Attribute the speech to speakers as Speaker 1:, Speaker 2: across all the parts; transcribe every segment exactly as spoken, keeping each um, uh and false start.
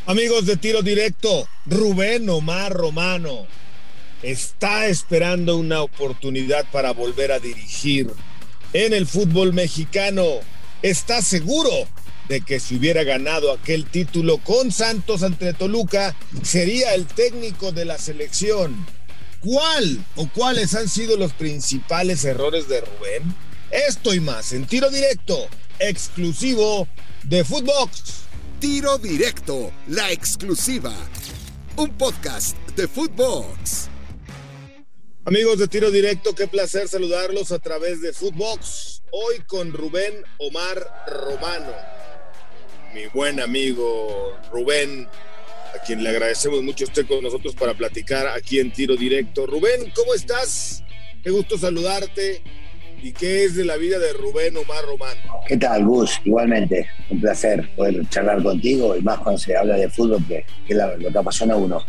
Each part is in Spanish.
Speaker 1: Amigos de Tiro Directo, Rubén Omar Romano está esperando una oportunidad para volver a dirigir en el fútbol mexicano. Está seguro de que si hubiera ganado aquel título con Santos ante Toluca, sería el técnico de la selección. ¿Cuál o cuáles han sido los principales errores de Rubén? Esto y más en Tiro Directo, exclusivo de Footbox.
Speaker 2: Tiro Directo, la exclusiva. Un podcast de Footbox.
Speaker 1: Amigos de Tiro Directo, qué placer saludarlos a través de Footbox. Hoy con Rubén Omar Romano. Mi buen amigo Rubén, a quien le agradecemos mucho esté con nosotros para platicar aquí en Tiro Directo. Rubén, ¿cómo estás? Qué gusto saludarte. ¿Y qué es de la vida de Rubén Omar Romano?
Speaker 3: ¿Qué tal, Gus? Igualmente, un placer poder charlar contigo y más cuando se habla de fútbol, que, que es lo que apasiona a uno.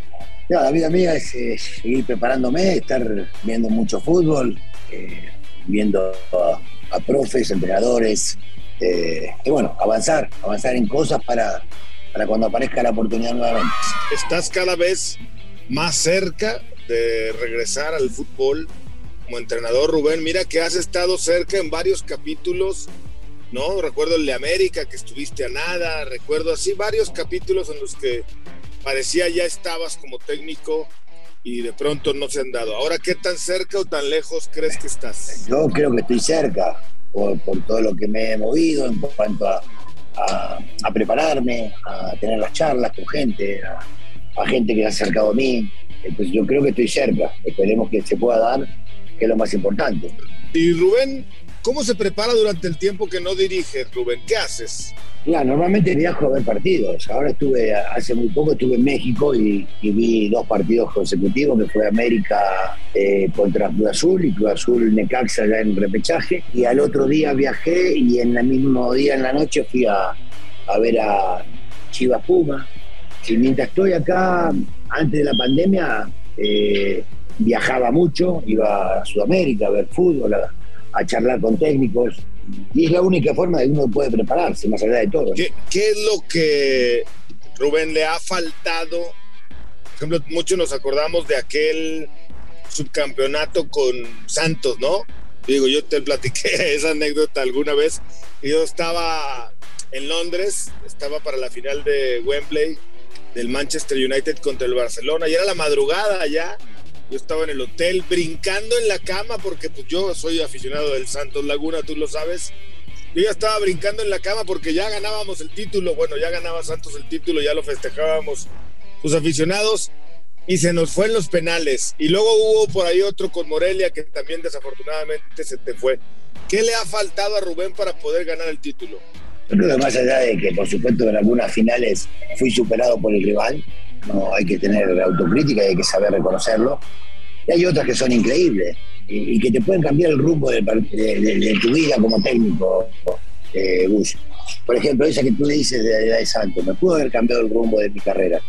Speaker 3: No, la vida mía es eh, seguir preparándome, estar viendo mucho fútbol, eh, viendo a, a profes, entrenadores, eh, y bueno, avanzar, avanzar en cosas para, para cuando aparezca la oportunidad nuevamente.
Speaker 1: ¿Estás cada vez más cerca de regresar al fútbol como entrenador, Rubén? Mira que has estado cerca en varios capítulos, ¿no? Recuerdo el de América, que estuviste a nada, recuerdo así varios capítulos en los que parecía ya estabas como técnico y de pronto no se han dado. Ahora, ¿qué tan cerca o tan lejos crees que estás?
Speaker 3: Yo creo que estoy cerca por, por todo lo que me he movido en cuanto a, a, a prepararme, a tener las charlas con gente, a, a gente que se ha acercado a mí. Entonces yo creo que estoy cerca. Esperemos que se pueda dar, que es lo más importante.
Speaker 1: Y Rubén, ¿cómo se prepara durante el tiempo que no diriges, Rubén? ¿Qué haces?
Speaker 3: Mira, normalmente viajo a ver partidos. Ahora estuve, hace muy poco estuve en México y, y vi dos partidos consecutivos, que fue América eh, contra Cruz Azul y Cruz Azul Necaxa ya en repechaje. Y al otro día viajé y en el mismo día en la noche fui a, a ver a Chivas Puma. Y mientras estoy acá, antes de la pandemia, eh, viajaba mucho, iba a Sudamérica a ver fútbol, a, a charlar con técnicos, y es la única forma de que uno puede prepararse, más allá de todo.
Speaker 1: ¿Qué, qué es lo que, Rubén, le ha faltado? Por ejemplo, muchos nos acordamos de aquel subcampeonato con Santos, ¿no? Digo, yo te platiqué esa anécdota alguna vez. Yo estaba en Londres, estaba para la final de Wembley, del Manchester United contra el Barcelona, y era la madrugada allá. Yo estaba en el hotel brincando en la cama porque pues, yo soy aficionado del Santos Laguna, tú lo sabes. Yo ya estaba brincando en la cama porque ya ganábamos el título. Bueno, ya ganaba Santos el título, ya lo festejábamos sus aficionados y se nos fue en los penales. Y luego hubo por ahí otro con Morelia que también desafortunadamente se te fue. ¿Qué le ha faltado a Rubén para poder ganar el título?
Speaker 3: Yo creo que más allá de que, por supuesto, en algunas finales fui superado por el rival, no hay que tener autocrítica y hay que saber reconocerlo. Y hay otras que son increíbles y, y que te pueden cambiar el rumbo de, de, de, de tu vida como técnico, eh, Gus. Por ejemplo, esa que tú le dices de, de, de Santos, me pudo haber cambiado el rumbo de mi carrera,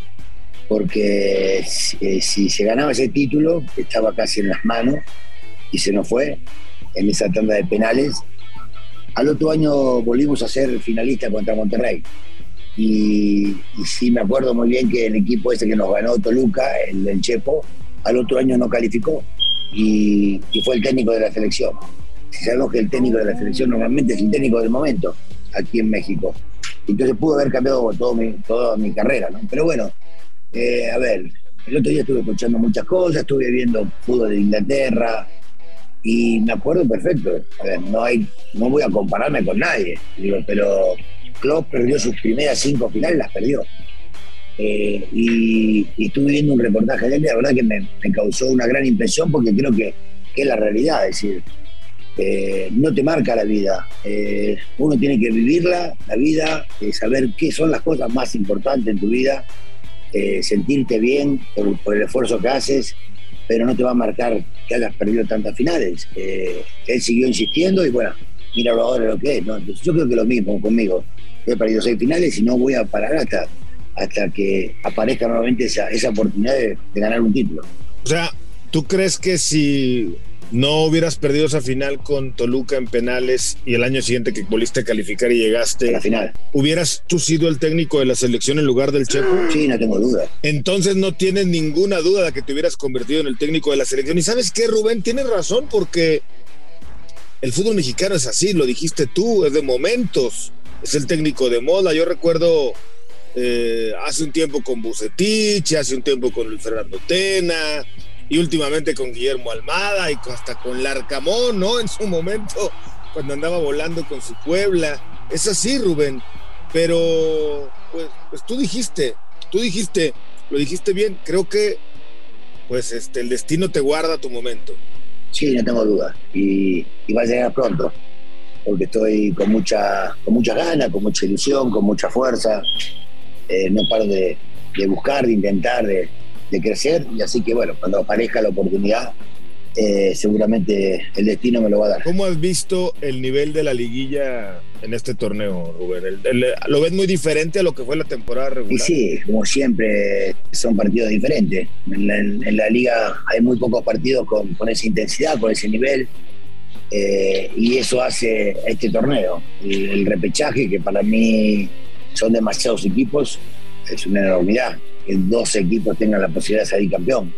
Speaker 3: porque si, si se ganaba ese título, estaba casi en las manos y se nos fue en esa tanda de penales. Al otro año volvimos a ser finalistas contra Monterrey. Y, y sí me acuerdo muy bien que el equipo ese que nos ganó Toluca, el, el Chepo, al otro año no calificó y, y fue el técnico de la selección. Sabemos que el técnico de la selección normalmente es el técnico del momento aquí en México. Entonces pudo haber cambiado todo mi, toda mi carrera, ¿no? Pero bueno, eh, a ver, el otro día estuve escuchando muchas cosas, estuve viendo fútbol de Inglaterra y me acuerdo perfecto. A ver, no, hay, no voy a compararme con nadie, digo, pero Klopp perdió sus primeras cinco finales, las perdió. Eh, y, y estuve viendo un reportaje de él, la verdad que me, me causó una gran impresión porque creo que, que es la realidad, es decir, eh, no te marca la vida, eh, uno tiene que vivirla, la vida, eh, saber qué son las cosas más importantes en tu vida, eh, sentirte bien por, por el esfuerzo que haces, pero no te va a marcar que hayas perdido tantas finales. Eh, él siguió insistiendo y bueno, míralo ahora lo que es, ¿no? Entonces, yo creo que lo mismo conmigo, yo he perdido seis finales y no voy a parar hasta hasta que aparezca nuevamente esa, esa oportunidad de, de ganar un título.
Speaker 1: O sea, ¿tú crees que si no hubieras perdido esa final con Toluca en penales y el año siguiente que volviste a calificar y llegaste
Speaker 3: a la final,
Speaker 1: ¿hubieras tú sido el técnico de la selección en lugar del Chepo?
Speaker 3: Sí, no tengo duda.
Speaker 1: Entonces no tienes ninguna duda de que te hubieras convertido en el técnico de la selección. Y ¿sabes qué, Rubén? Tienes razón, porque el fútbol mexicano es así, lo dijiste tú, es de momentos, es el técnico de moda. Yo recuerdo eh, hace un tiempo con Bucetich, hace un tiempo con Luis Fernando Tena, y últimamente con Guillermo Almada y hasta con Larcamón, ¿no? En su momento, cuando andaba volando con su Puebla. Es así, Rubén. Pero, pues, pues tú dijiste, tú dijiste, lo dijiste bien. Creo que, pues, este, el destino te guarda tu momento.
Speaker 3: Sí, no tengo duda. Y, y va a llegar pronto. Porque estoy con mucha, con muchas ganas, con mucha ilusión, con mucha fuerza. Eh, no paro de, de buscar, de intentar, de... de crecer, y así que bueno, cuando aparezca la oportunidad, eh, seguramente el destino me lo va a dar.
Speaker 1: ¿Cómo has visto el nivel de la liguilla en este torneo, Rubén? El, el, ¿Lo ves muy diferente a lo que fue la temporada regular?
Speaker 3: Y sí, como siempre, son partidos diferentes. En la, en la liga hay muy pocos partidos con, con esa intensidad, con ese nivel, eh, y eso hace este torneo. El, el repechaje, que para mí son demasiados equipos, es una enormidad. Que dos equipos tengan la posibilidad de salir campeón.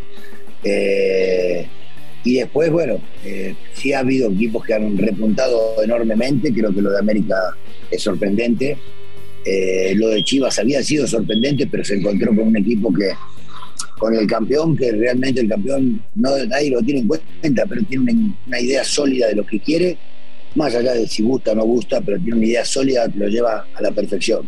Speaker 3: Eh, y después, bueno, eh, sí ha habido equipos que han repuntado enormemente. Creo que lo de América es sorprendente. Eh, lo de Chivas había sido sorprendente, pero se encontró con un equipo que, con el campeón, que realmente el campeón no, nadie lo tiene en cuenta, pero tiene una, una idea sólida de lo que quiere, más allá de si gusta o no gusta, pero tiene una idea sólida que lo lleva a la perfección.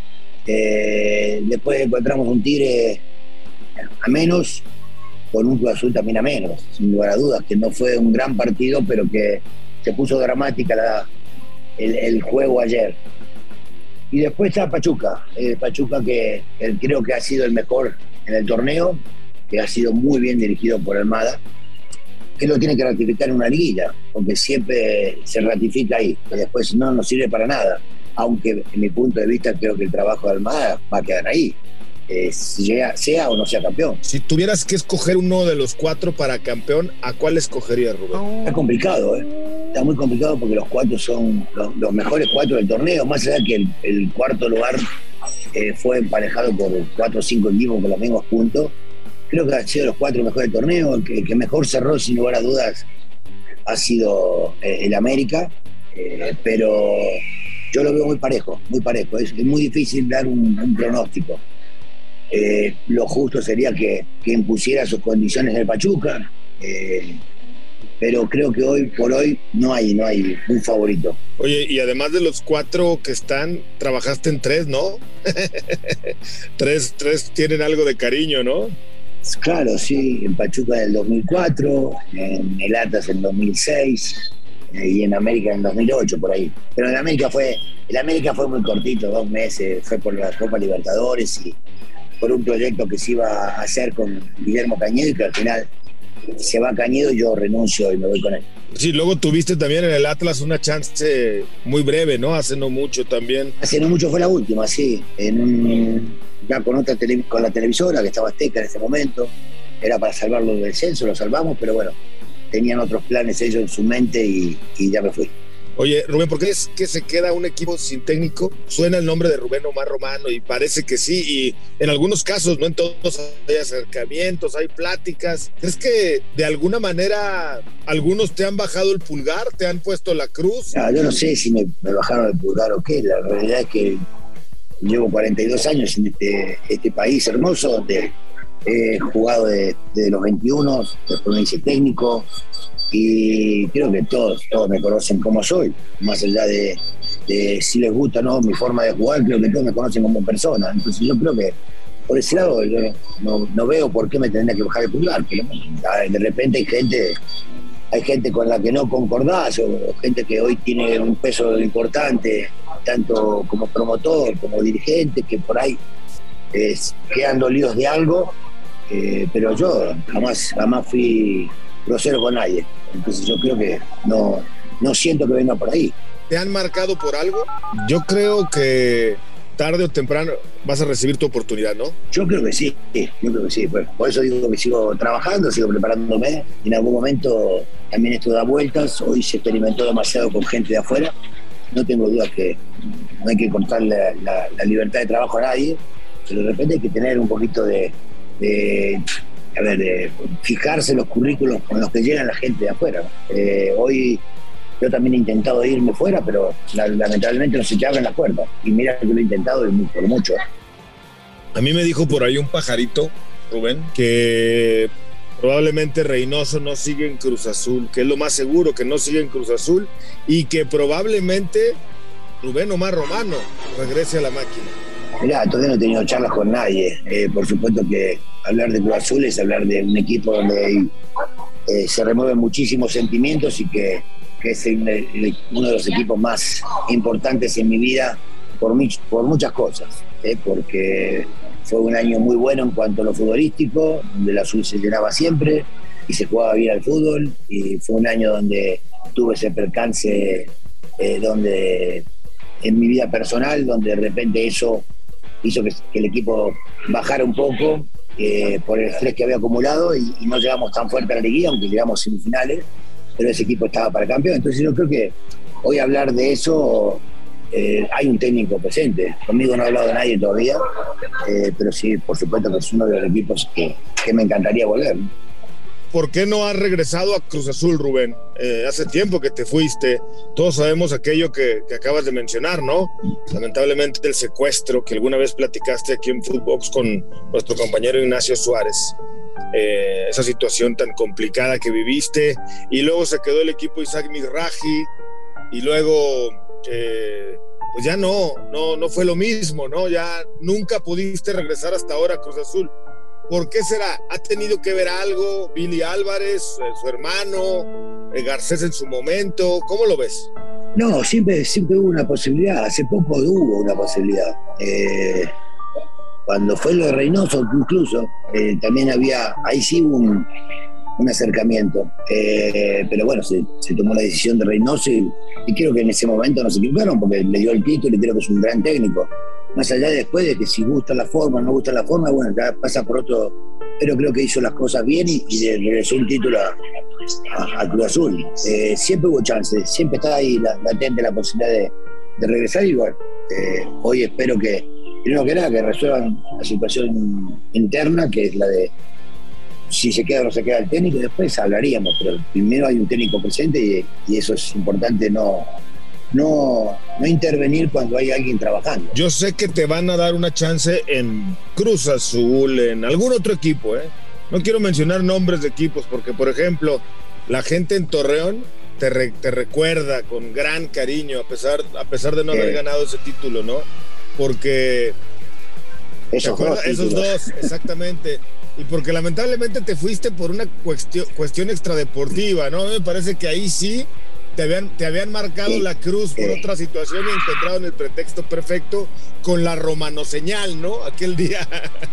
Speaker 3: Eh, después encontramos un Tigre a menos, con un Cruz Azul también a menos, sin lugar a dudas, que no fue un gran partido, pero que se puso dramática la, el, el juego ayer. Y después está Pachuca, eh, Pachuca que el, creo que ha sido el mejor en el torneo, que ha sido muy bien dirigido por Almada, que lo tiene que ratificar en una liguilla, porque siempre se ratifica ahí, que después no nos sirve para nada. Aunque en mi punto de vista creo que el trabajo de Almada va a quedar ahí, eh, sea, sea o no sea campeón.
Speaker 1: Si tuvieras que escoger uno de los cuatro para campeón, ¿a cuál escogerías, Rubén?
Speaker 3: Está complicado, ¿eh? Está muy complicado porque los cuatro son los, los mejores cuatro del torneo, más allá que el, el cuarto lugar eh, fue emparejado por cuatro o cinco equipos con los mismos puntos. Creo que han sido los cuatro mejores del torneo. El que, el que mejor cerró, sin lugar a dudas, ha sido eh, el América, eh, pero... yo lo veo muy parejo, muy parejo. Es, es muy difícil dar un, un pronóstico. Eh, lo justo sería que, que impusiera sus condiciones el Pachuca, eh, pero creo que hoy por hoy no hay, no hay un favorito.
Speaker 1: Oye, y además de los cuatro que están, trabajaste en tres, ¿no? tres, tres tienen algo de cariño, ¿no?
Speaker 3: Claro, sí, en Pachuca en el dos mil cuatro, en el Atlas en dos mil seis... y en América en dos mil ocho, por ahí. Pero en América fue, el América fue muy cortito, dos meses, fue por la Copa Libertadores y por un proyecto que se iba a hacer con Guillermo Cañedo, y que al final se va Cañedo y yo renuncio y me voy con él.
Speaker 1: Sí, luego tuviste también en el Atlas una chance muy breve, ¿no? Hace no mucho también.
Speaker 3: Hace no mucho fue la última, sí, en un, ya con, otra tele, con la televisora, que estaba Azteca en ese momento, era para salvarlo del descenso, lo salvamos, pero bueno, tenían otros planes ellos en su mente y, y ya me fui.
Speaker 1: Oye, Rubén, ¿por qué es que se queda un equipo sin técnico? Suena el nombre de Rubén Omar Romano y parece que sí, y en algunos casos, no en todos, hay acercamientos, hay pláticas. ¿Crees que de alguna manera algunos te han bajado el pulgar, te han puesto la cruz?
Speaker 3: No, yo no sé si me, me bajaron el pulgar o qué. La realidad es que llevo cuarenta y dos años en este, este país hermoso, donde he jugado de, de los veintiuno, después me hice técnico, y creo que todos, todos me conocen como soy, más allá de, de si les gusta o no mi forma de jugar, creo que todos me conocen como persona. Entonces yo creo que por ese lado yo no, no veo por qué me tendría que bajar el pulgar, pero de repente hay gente, hay gente con la que no concordás, o gente que hoy tiene un peso importante, tanto como promotor, como dirigente, que por ahí es, quedan dolidos de algo, eh, pero yo jamás, jamás fui grosero con nadie. Entonces yo creo que no, no siento que venga por ahí.
Speaker 1: ¿Te han marcado por algo? Yo creo que tarde o temprano vas a recibir tu oportunidad, ¿no?
Speaker 3: Yo creo que sí, yo creo que sí. Pues, por eso digo que sigo trabajando, sigo preparándome. En algún momento también esto da vueltas. Hoy se experimentó demasiado con gente de afuera. No tengo dudas que no hay que cortar la, la, la libertad de trabajo a nadie, pero de repente hay que tener un poquito de, de a ver, de fijarse en los currículos con los que llegan la gente de afuera. Eh, hoy yo también he intentado irme fuera, pero la, lamentablemente no se te abren las puertas. Y mira que lo he intentado y por mucho.
Speaker 1: A mí me dijo por ahí un pajarito, Rubén, que probablemente Reynoso no sigue en Cruz Azul, que es lo más seguro, que no sigue en Cruz Azul, y que probablemente Rubén Omar Romano regrese a la máquina.
Speaker 3: Mirá, todavía no he tenido charlas con nadie. Eh, por supuesto que hablar de Cruz Azul es hablar de un equipo donde hay, eh, se remueven muchísimos sentimientos y que, que es el, el, uno de los equipos más importantes en mi vida por, mi, por muchas cosas. Eh, porque fue un año muy bueno en cuanto a lo futbolístico, donde el Azul se llenaba siempre y se jugaba bien al fútbol, y fue un año donde tuve ese percance eh, donde en mi vida personal, donde de repente eso hizo que, que el equipo bajara un poco eh, por el estrés que había acumulado y, y no llegamos tan fuerte a la liguilla, aunque llegamos semifinales, pero ese equipo estaba para campeón. Entonces yo creo que hoy hablar de eso, eh, hay un técnico presente. Conmigo no ha hablado nadie todavía, eh, pero sí, por supuesto que es uno de los equipos que, que me encantaría volver.
Speaker 1: ¿Por qué no has regresado a Cruz Azul, Rubén? Eh, hace tiempo que te fuiste. Todos sabemos aquello que, que acabas de mencionar, ¿no? Lamentablemente el secuestro que alguna vez platicaste aquí en Footbox con nuestro compañero Ignacio Suárez. Eh, esa situación tan complicada que viviste. Y luego se quedó el equipo Isaac Mizrahi. Y luego, eh, pues ya no, no, no fue lo mismo, ¿no? Ya nunca pudiste regresar hasta ahora a Cruz Azul. ¿Por qué será? ¿Ha tenido que ver algo Billy Álvarez, eh, su hermano, eh, Garcés en su momento? ¿Cómo lo ves?
Speaker 3: No, siempre, siempre hubo una posibilidad. Hace poco hubo una posibilidad. Eh, cuando fue lo de Reynoso, incluso, eh, también había, ahí sí hubo un, un acercamiento. Eh, pero bueno, se, se tomó la decisión de Reynoso y, y creo que en ese momento no se equivocaron porque le dio el título y creo que es un gran técnico. Más allá de después de que si gusta la forma o no gusta la forma, bueno, ya pasa por otro, pero creo que hizo las cosas bien y, y le regresó un título a, a, a Cruz Azul. Eh, siempre hubo chances, siempre está ahí la, latente la posibilidad de, de regresar y bueno, eh, hoy espero que, primero que nada, que resuelvan la situación interna, que es la de si se queda o no se queda el técnico, y después hablaríamos, pero primero hay un técnico presente y, y eso es importante, no... No, no intervenir cuando hay alguien trabajando.
Speaker 1: Yo sé que te van a dar una chance en Cruz Azul, en algún otro equipo, ¿eh? No quiero mencionar nombres de equipos porque, por ejemplo, la gente en Torreón te, re, te recuerda con gran cariño a pesar, a pesar de no haber ganado ese título, ¿no? Porque
Speaker 3: esos dos,
Speaker 1: esos dos, exactamente. Y porque lamentablemente te fuiste por una cuestión, cuestión extradeportiva, ¿no? Me parece que ahí sí Te habían, te habían marcado sí, la cruz por sí. otra situación y encontraron el pretexto perfecto con la romano señal, ¿no? Aquel día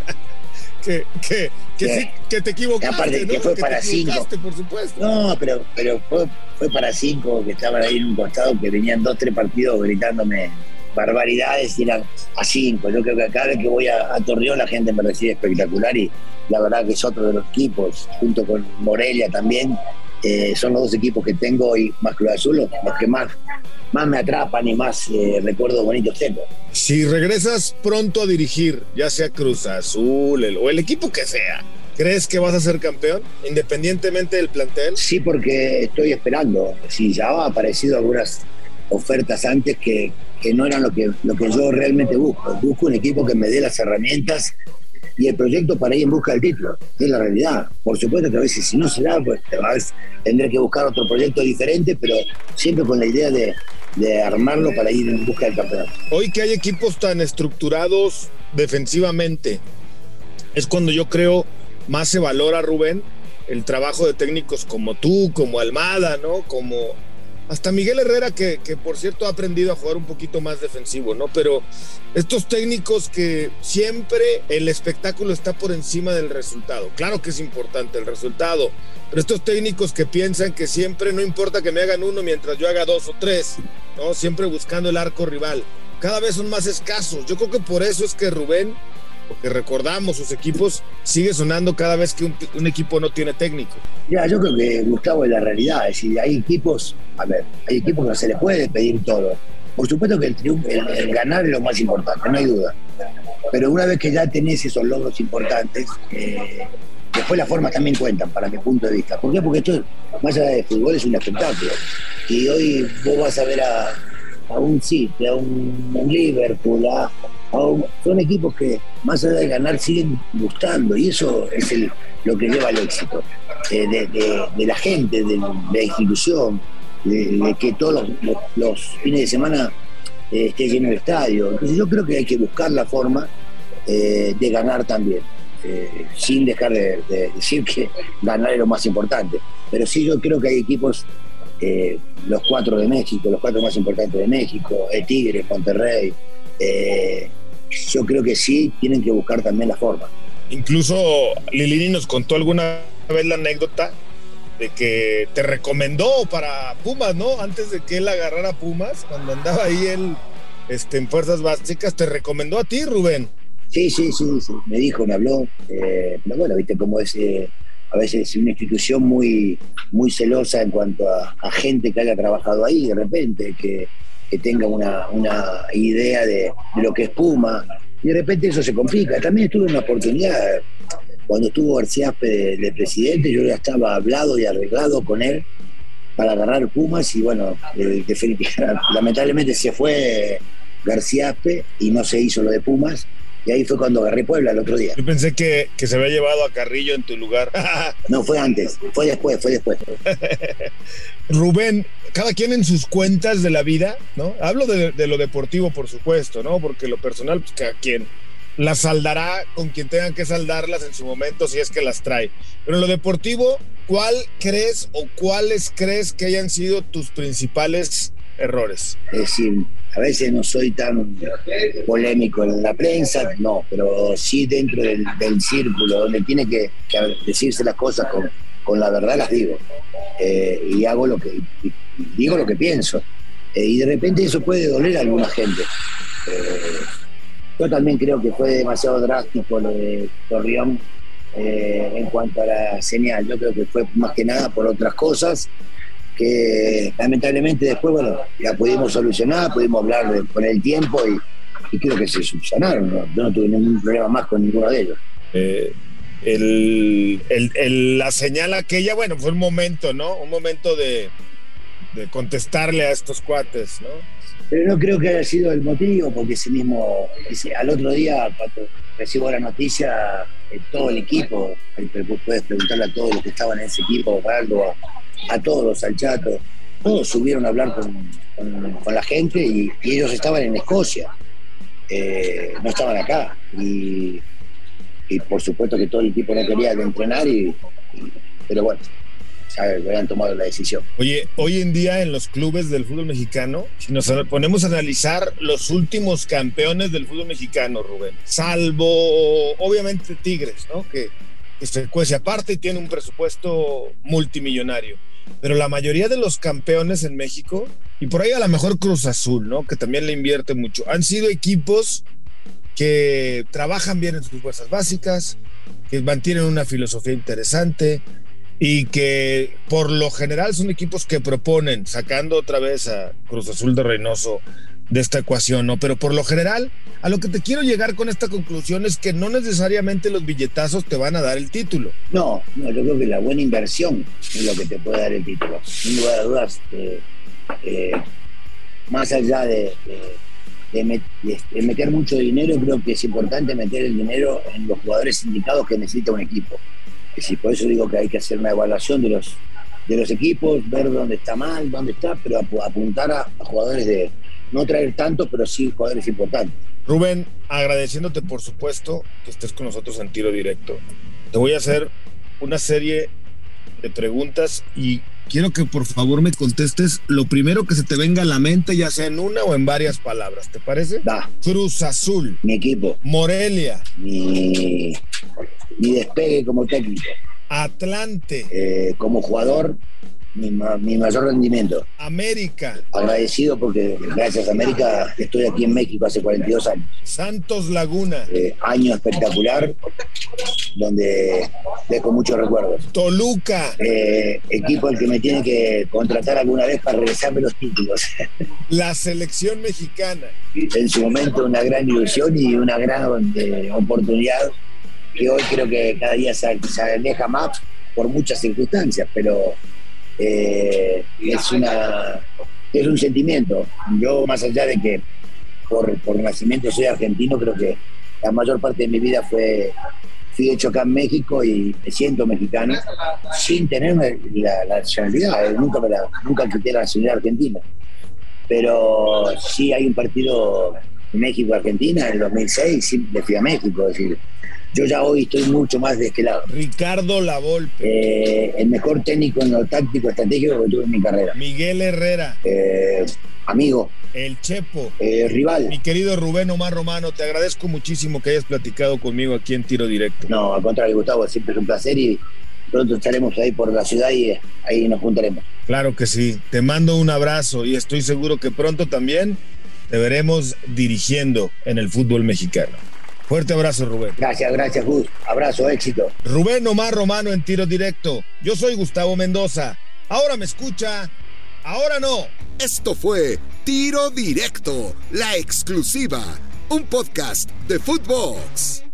Speaker 1: que, que, que, sí. Sí, que te equivocaste,
Speaker 3: aparte,
Speaker 1: ¿no?
Speaker 3: que fue
Speaker 1: que
Speaker 3: para
Speaker 1: te
Speaker 3: cinco.
Speaker 1: Por supuesto.
Speaker 3: No, pero, pero fue, fue para cinco que estaban ahí en un costado que venían dos, tres partidos gritándome barbaridades y eran a cinco. Yo creo que cada vez que voy a, a Torreón la gente me recibe espectacular y la verdad que es otro de los equipos, junto con Morelia también. Eh, son los dos equipos que tengo y más Cruz Azul los, los que más, más me atrapan y más eh, recuerdos bonitos tengo.
Speaker 1: Si regresas pronto a dirigir, ya sea Cruz Azul el, o el equipo que sea, ¿crees que vas a ser campeón independientemente del plantel?
Speaker 3: Sí, porque estoy esperando. Sí, ya han aparecido algunas ofertas antes que, que no eran lo que, lo que yo realmente busco. Busco un equipo que me dé las herramientas y el proyecto para ir en busca del título, es la realidad. Por supuesto que a veces si no se da, pues te vas, tendré que buscar otro proyecto diferente, pero siempre con la idea de, de armarlo para ir en busca del campeonato.
Speaker 1: Hoy que hay equipos tan estructurados defensivamente, es cuando yo creo más se valora, Rubén, el trabajo de técnicos como tú, como Almada, ¿no? Como hasta Miguel Herrera, que, que por cierto ha aprendido a jugar un poquito más defensivo, ¿no? Pero estos técnicos que siempre el espectáculo está por encima del resultado. Claro que es importante el resultado, pero estos técnicos que piensan que siempre no importa que me hagan uno mientras yo haga dos o tres, ¿no? Siempre buscando el arco rival. cada vez son más escasos. Yo creo que por eso es que Rubén, porque recordamos sus equipos, sigue sonando cada vez que un, un equipo no tiene técnico.
Speaker 3: Ya, yo creo que, Gustavo, es la realidad. Es decir, hay equipos, a ver, hay equipos que no se les puede pedir todo. Por supuesto que el triunfo, el, el ganar es lo más importante, no hay duda. Pero una vez que ya tenés esos logros importantes, eh, después las formas también cuentan, para mi punto de vista. ¿Por qué? Porque esto, más allá de fútbol, es un espectáculo. Y hoy vos vas a ver a, a un City, a un, un Liverpool, a, a un, son equipos que, más allá de ganar, siguen gustando. Y eso es el, lo que lleva al éxito. Eh, de, de, de la gente, de, de la institución, de, de que todos los, los, los fines de semana eh, esté lleno el estadio. Entonces yo creo que hay que buscar la forma eh, de ganar también. Eh, sin dejar de, de decir que ganar es lo más importante, pero sí yo creo que hay equipos, eh, los cuatro de México, los cuatro más importantes de México, el Tigres, Monterrey, eh, yo creo que sí tienen que buscar también la forma.
Speaker 1: Incluso Lilini nos contó alguna vez la anécdota de que te recomendó para Pumas, ¿no? Antes de que él agarrara Pumas, cuando andaba ahí él este, en fuerzas básicas, te recomendó a ti, Rubén.
Speaker 3: Sí, sí, sí, sí, me dijo, me habló, eh, pero bueno, viste cómo es, eh, a veces es una institución muy, muy celosa en cuanto a, a gente que haya trabajado ahí, de repente, que, que tenga una, una idea de, de lo que es Puma, y de repente eso se complica. También estuve en una oportunidad, cuando estuvo García Aspe de, de presidente, yo ya estaba hablado y arreglado con él para agarrar Pumas, y bueno, de, de, lamentablemente se fue García Aspe y no se hizo lo de Pumas. Y ahí fue cuando agarré Puebla el otro día.
Speaker 1: Yo pensé que, que se había llevado a Carrillo en tu lugar.
Speaker 3: No, fue antes, fue después, fue después.
Speaker 1: Rubén, cada quien en sus cuentas de la vida, ¿no? Hablo de, de lo deportivo, por supuesto, ¿no? Porque lo personal, pues cada quien las saldará con quien tengan que saldarlas en su momento, si es que las trae. Pero en lo deportivo, ¿cuál crees o cuáles crees que hayan sido tus principales errores?
Speaker 3: Es decir, a veces no soy tan polémico en la prensa, no, pero sí dentro del, del círculo, donde tiene que, que decirse las cosas con, con la verdad, las digo. Eh, y hago lo que, y, y digo lo que pienso. Eh, y de repente eso puede doler a alguna gente. Eh, yo también creo que fue demasiado drástico lo de Torreón eh, en cuanto a la señal. Yo creo que fue más que nada por otras cosas que lamentablemente después, bueno, ya pudimos solucionar, pudimos hablar de, con el tiempo y, y creo que se subsanaron, ¿no? Yo no tuve ningún problema más con ninguno de ellos.
Speaker 1: Eh, el, el, el, la señal aquella, bueno, fue un momento, ¿no? Un momento de, de contestarle a estos cuates, ¿no?
Speaker 3: Pero no creo que haya sido el motivo, porque ese mismo, ese, al otro día, cuando recibo la noticia, eh, todo el equipo, puedes preguntarle a todos los que estaban en ese equipo, Osvaldo, a a todos, al Chato, todos subieron a hablar con, con, con la gente y, y ellos estaban en Escocia, eh, no estaban acá. Y, y por supuesto que todo el equipo no quería entrenar, y, y, pero bueno, ya habían tomado la decisión.
Speaker 1: Oye, hoy en día en los clubes del fútbol mexicano, si nos ponemos a analizar los últimos campeones del fútbol mexicano, Rubén, salvo obviamente Tigres, ¿no? Que, que se cuece aparte y tiene un presupuesto multimillonario. Pero la mayoría de los campeones en México, y por ahí a lo mejor Cruz Azul, ¿no? Que también le invierte mucho, han sido equipos que trabajan bien en sus fuerzas básicas, que mantienen una filosofía interesante y que por lo general son equipos que proponen, sacando otra vez a Cruz Azul de Reynoso de esta ecuación, ¿no? Pero por lo general, a lo que te quiero llegar con esta conclusión es que no necesariamente los billetazos te van a dar el título.
Speaker 3: No, no, yo creo que la buena inversión es lo que te puede dar el título. Sin lugar a dudas, eh, eh, más allá de, de, de, met, de, de meter mucho dinero, creo que es importante meter el dinero en los jugadores indicados que necesita un equipo. Es decir, por eso digo que hay que hacer una evaluación de los, de los equipos, ver dónde está mal, dónde está, pero apuntar a, a jugadores de... no traer tanto, pero sí jugadores importantes.
Speaker 1: Rubén, agradeciéndote por supuesto que estés con nosotros en Tiro Directo. Te voy a hacer una serie de preguntas y quiero que por favor me contestes lo primero que se te venga a la mente, ya sea en una o en varias palabras. ¿Te parece?
Speaker 3: Da.
Speaker 1: Cruz Azul.
Speaker 3: Mi equipo.
Speaker 1: Morelia.
Speaker 3: Mi, mi despegue como técnico.
Speaker 1: Atlante.
Speaker 3: Eh, como jugador, mi, ma, mi mayor rendimiento.
Speaker 1: América.
Speaker 3: Agradecido porque gracias a América estoy aquí en México hace cuarenta y dos años.
Speaker 1: Santos Laguna.
Speaker 3: Eh, año espectacular, donde dejo muchos recuerdos.
Speaker 1: Toluca.
Speaker 3: Eh, equipo el que me tiene que contratar alguna vez para regresarme los títulos.
Speaker 1: La selección mexicana.
Speaker 3: En su momento una gran ilusión y una gran eh, oportunidad que hoy creo que cada día se, se aleja más por muchas circunstancias, pero eh, es una es un sentimiento. Yo, más allá de que por, por nacimiento soy argentino, creo que la mayor parte de mi vida fue fui hecho acá en México y me siento mexicano sin tener la, la nacionalidad. Nunca, me la, nunca quité la nacionalidad argentina, pero sí hay un partido México-Argentina en el dos mil seis, sí, le fui a México, es decir, yo ya hoy estoy mucho más de este lado.
Speaker 1: Ricardo Lavolpe.
Speaker 3: Eh, el mejor técnico en lo táctico estratégico que tuve en mi carrera.
Speaker 1: Miguel Herrera.
Speaker 3: Eh, amigo.
Speaker 1: El Chepo.
Speaker 3: Eh, rival.
Speaker 1: Mi querido Rubén Omar Romano, te agradezco muchísimo que hayas platicado conmigo aquí en Tiro Directo.
Speaker 3: No, al contrario, Gustavo, siempre es un placer y pronto estaremos ahí por la ciudad y ahí nos juntaremos.
Speaker 1: Claro que sí. Te mando un abrazo y estoy seguro que pronto también te veremos dirigiendo en el fútbol mexicano. Fuerte abrazo, Rubén.
Speaker 3: Gracias, gracias, Gus. Abrazo, éxito.
Speaker 1: Rubén Omar Romano en Tiro Directo. Yo soy Gustavo Mendoza. Ahora me escucha, ahora no.
Speaker 2: Esto fue Tiro Directo, la exclusiva, un podcast de Footbox.